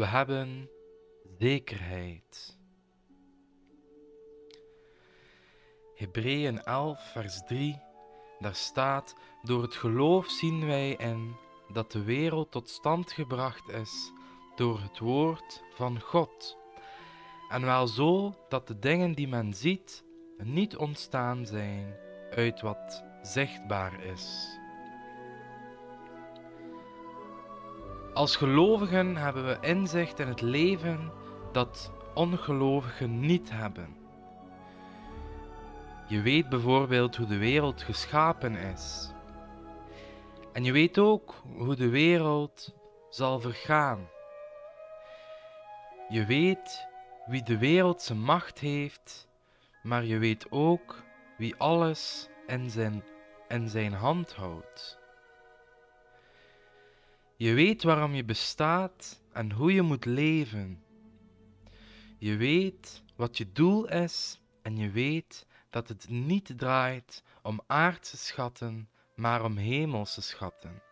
We hebben zekerheid. Hebreeën 11 vers 3, daar staat: door het geloof zien wij in dat de wereld tot stand gebracht is door het woord van God. En wel zo dat de dingen die men ziet niet ontstaan zijn uit wat zichtbaar is. Als gelovigen hebben we inzicht in het leven dat ongelovigen niet hebben. Je weet bijvoorbeeld hoe de wereld geschapen is. En je weet ook hoe de wereld zal vergaan. Je weet wie de wereldse macht heeft, maar je weet ook wie alles in zijn hand houdt. Je weet waarom je bestaat en hoe je moet leven. Je weet wat je doel is en je weet dat het niet draait om aardse schatten, maar om hemelse schatten.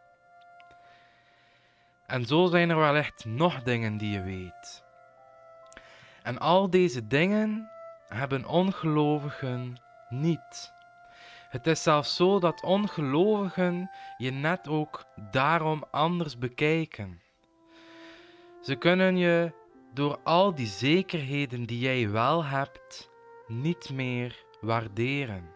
En zo zijn er wellicht nog dingen die je weet. En al deze dingen hebben ongelovigen niet. Het is zelfs zo dat ongelovigen je net ook daarom anders bekijken. Ze kunnen je door al die zekerheden die jij wel hebt, niet meer waarderen.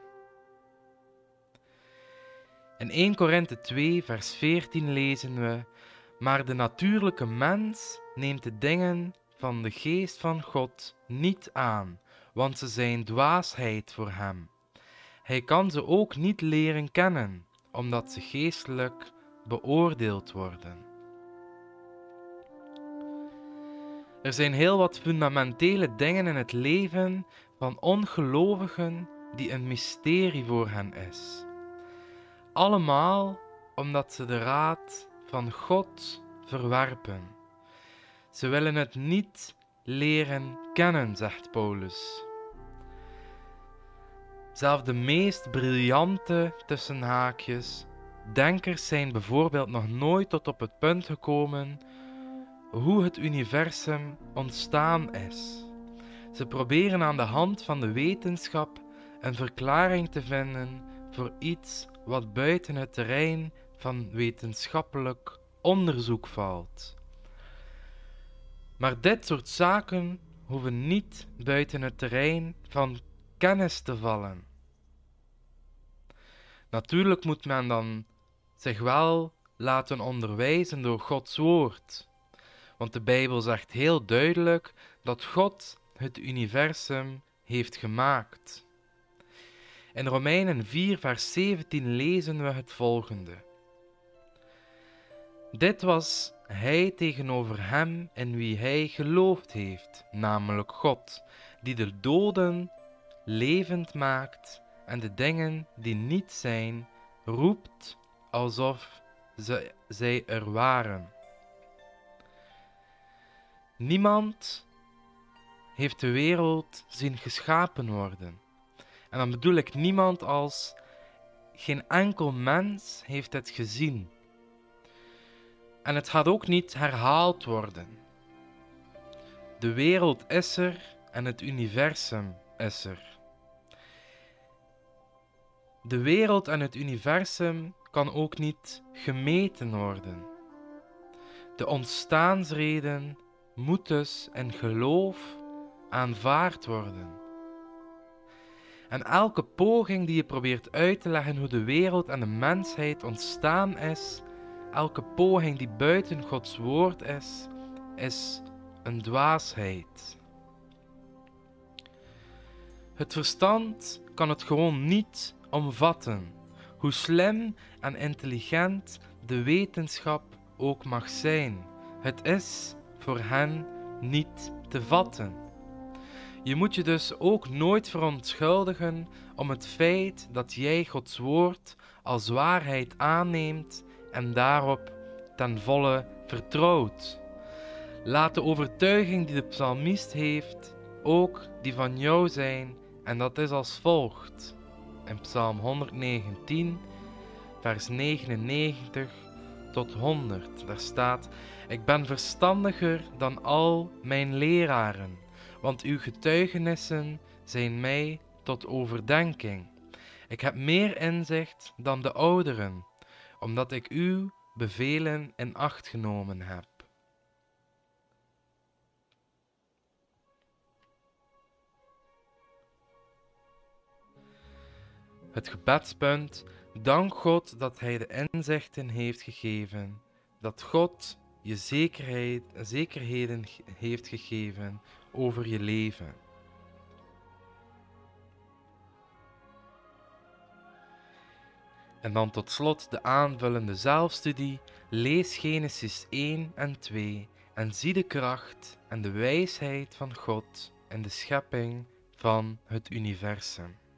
In 1 Korinthe 2 vers 14 lezen we: maar de natuurlijke mens neemt de dingen van de geest van God niet aan, want ze zijn dwaasheid voor hem. Hij kan ze ook niet leren kennen, omdat ze geestelijk beoordeeld worden. Er zijn heel wat fundamentele dingen in het leven van ongelovigen die een mysterie voor hen is. Allemaal omdat ze de raad van God verwerpen. Ze willen het niet leren kennen, zegt Paulus. Zelfs de meest briljante, tussen haakjes, denkers zijn bijvoorbeeld nog nooit tot op het punt gekomen hoe het universum ontstaan is. Ze proberen aan de hand van de wetenschap een verklaring te vinden voor iets wat buiten het terrein van wetenschappelijk onderzoek valt. Maar dit soort zaken hoeven niet buiten het terrein van kennis te vallen. Natuurlijk moet men dan zich wel laten onderwijzen door Gods woord. Want de Bijbel zegt heel duidelijk dat God het universum heeft gemaakt. In Romeinen 4 vers 17 lezen we het volgende: dit was hij tegenover hem in wie hij geloofd heeft, namelijk God, die de doden levend maakt en de dingen die niet zijn, roept alsof zij er waren. Niemand heeft de wereld zien geschapen worden. En dan bedoel ik niemand als geen enkel mens heeft het gezien. En het gaat ook niet herhaald worden. De wereld is er en het universum is er. De wereld en het universum kan ook niet gemeten worden. De ontstaansreden moet dus in geloof aanvaard worden. En elke poging die je probeert uit te leggen hoe de wereld en de mensheid ontstaan is, elke poging die buiten Gods woord is een dwaasheid. Het verstand kan het gewoon niet omvatten, hoe slim en intelligent de wetenschap ook mag zijn. Het is voor hen niet te vatten. Je moet je dus ook nooit verontschuldigen om het feit dat jij Gods woord als waarheid aanneemt en daarop ten volle vertrouwt. Laat de overtuiging die de psalmist heeft ook die van jou zijn, en dat is als volgt. In Psalm 119, vers 99 tot 100. Daar staat: ik ben verstandiger dan al mijn leraren, want uw getuigenissen zijn mij tot overdenking. Ik heb meer inzicht dan de ouderen, omdat ik uw bevelen in acht genomen heb. Het gebedspunt: dank God dat Hij de inzichten heeft gegeven, dat God je zekerheden heeft gegeven over je leven. En dan tot slot de aanvullende zelfstudie. Lees Genesis 1 en 2 en zie de kracht en de wijsheid van God in de schepping van het universum.